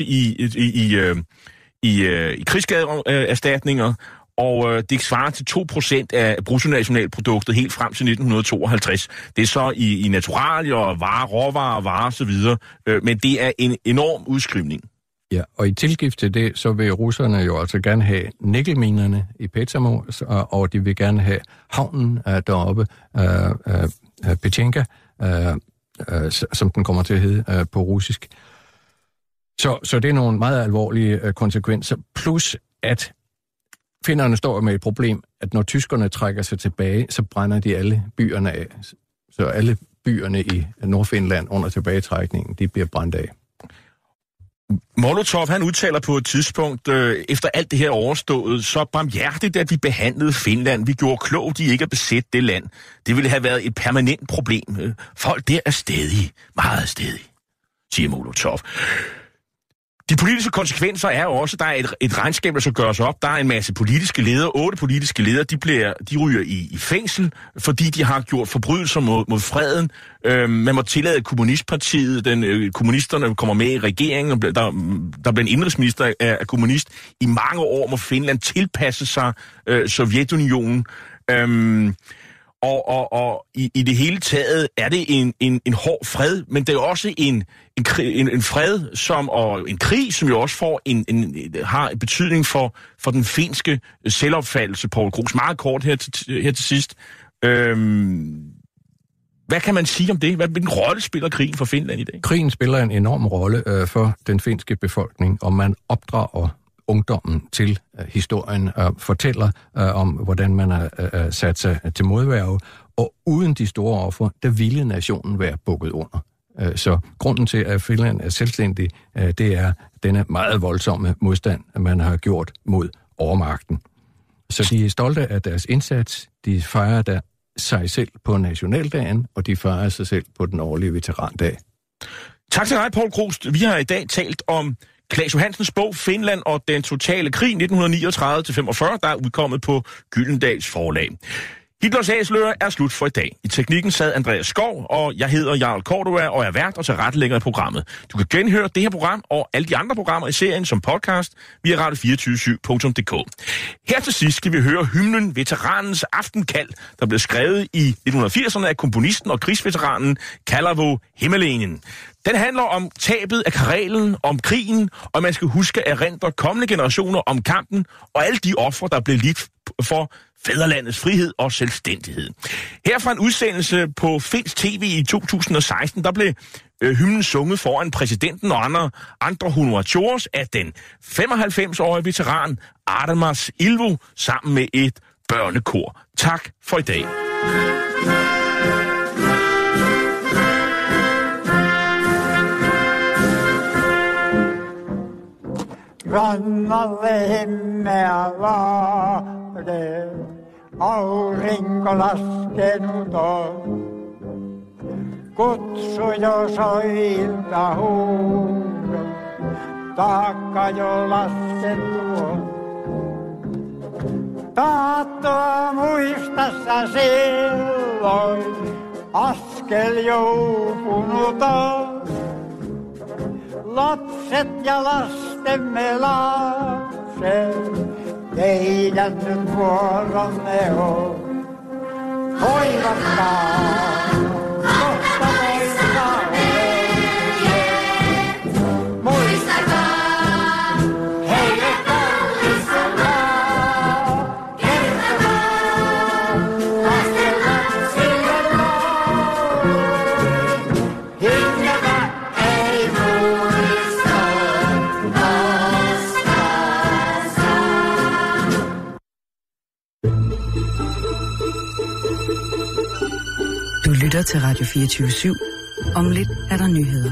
Speaker 4: i krigsskadeerstatninger, og det svarer til 2% af bruttonationalproduktet helt frem til 1952. Det er så i naturalier, råvarer og varer osv., men det er en enorm udskrivning.
Speaker 5: Ja, og i tilgift til det, så vil russerne jo altså gerne have nikkelminerne i Petsamo, og de vil gerne have havnen deroppe, Petjenka, som den kommer til at hedde på russisk. Så det er nogle meget alvorlige konsekvenser, plus at finnerne står med et problem, at når tyskerne trækker sig tilbage, så brænder de alle byerne af. Så alle byerne i Nordfinland under tilbagetrækningen, de bliver brændt af.
Speaker 4: Molotov, han udtaler på et tidspunkt, efter alt det her overstået, så barmhjertigt, at vi behandlede Finland. Vi gjorde klogt i ikke at besætte det land. Det ville have været et permanent problem. Folk der er stedige, meget stedige, siger Molotov. De politiske konsekvenser er også, der er et regnskab, der så gøres op. Der er en masse politiske ledere, 8 politiske ledere, de ryger i fængsel, fordi de har gjort forbrydelser mod freden. Man må tillade kommunistpartiet, kommunisterne kommer med i regeringen, der bliver en indrigsminister af kommunist. I mange år må Finland tilpasse sig Sovjetunionen. Og i det hele taget er det en hård fred, men det er også en fred og en krig, som jo også får har en betydning for den finske selvopfattelse. Poul Krogs, meget kort her til sidst. Hvad kan man sige om det? Hvilken rolle spiller krigen for Finland i dag?
Speaker 5: Krigen spiller en enorm rolle for den finske befolkning, og man opdrager ungdommen til historien og fortæller om, hvordan man har sat sig til modværge. Og uden de store ofre, der ville nationen være bukket under. Så grunden til, at Finland er selvstændig, det er denne meget voldsomme modstand, man har gjort mod overmagten. Så de er stolte af deres indsats. De fejrer sig selv på nationaldagen, og de fejrer sig selv på den årlige veterandag.
Speaker 4: Tak til dig, Poul Krogs. Vi har i dag talt om Claes Johansens bog Finland og den totale krig 1939-45, der er udkommet på Gyldendals forlag. Hitlers Æseløer er slut for i dag. I teknikken sad Andreas Skov, og jeg hedder Jarl Cordua og er vært og tilrettelægger i programmet. Du kan genhøre det her program og alle de andre programmer i serien som podcast via radio247.dk. Her til sidst skal vi høre hymnen Veteranens Aftenkald, der blev skrevet i 1980'erne af komponisten og krigsveteranen Kalavo Himmelinen. Den handler om tabet af Karelen, om krigen, og man skal huske at erindre kommende generationer om kampen og alle de ofre, der blev lidt for fædrelandets frihed og selvstændighed. Her fra en udsendelse på Finsk TV i 2016, der blev hymnen sunget foran præsidenten og andre honoratorer af den 95-årige veteran Artemas Ilvo sammen med et børnekor. Tak for i dag.
Speaker 9: Rannalle himmeä vaade, aurinko laskenut on. Kutsu jo soilta huudo, taakka jo laskettu on. Taattoa muistassa silloin, askel jo uupunut on. Lapset ja lastemme lapset, teidän nyt vuoronne on. Hoivatkaa, kohta voimaa veljet. Muistakaa, heille kallistellaan. Kertokaa, lastellaan sille noin. Hinnata ei muista koskaan saa.
Speaker 2: Du lytter til Radio 24/7. Om lidt er der nyheder.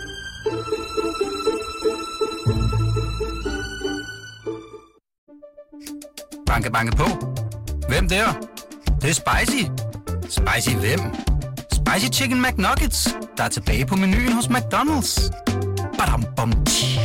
Speaker 1: Banke, banke på. Hvem der? Det er spicy. Spicy hvem? Spicy Chicken McNuggets, der er tilbage på menuen hos McDonald's. Badum, bom, tji.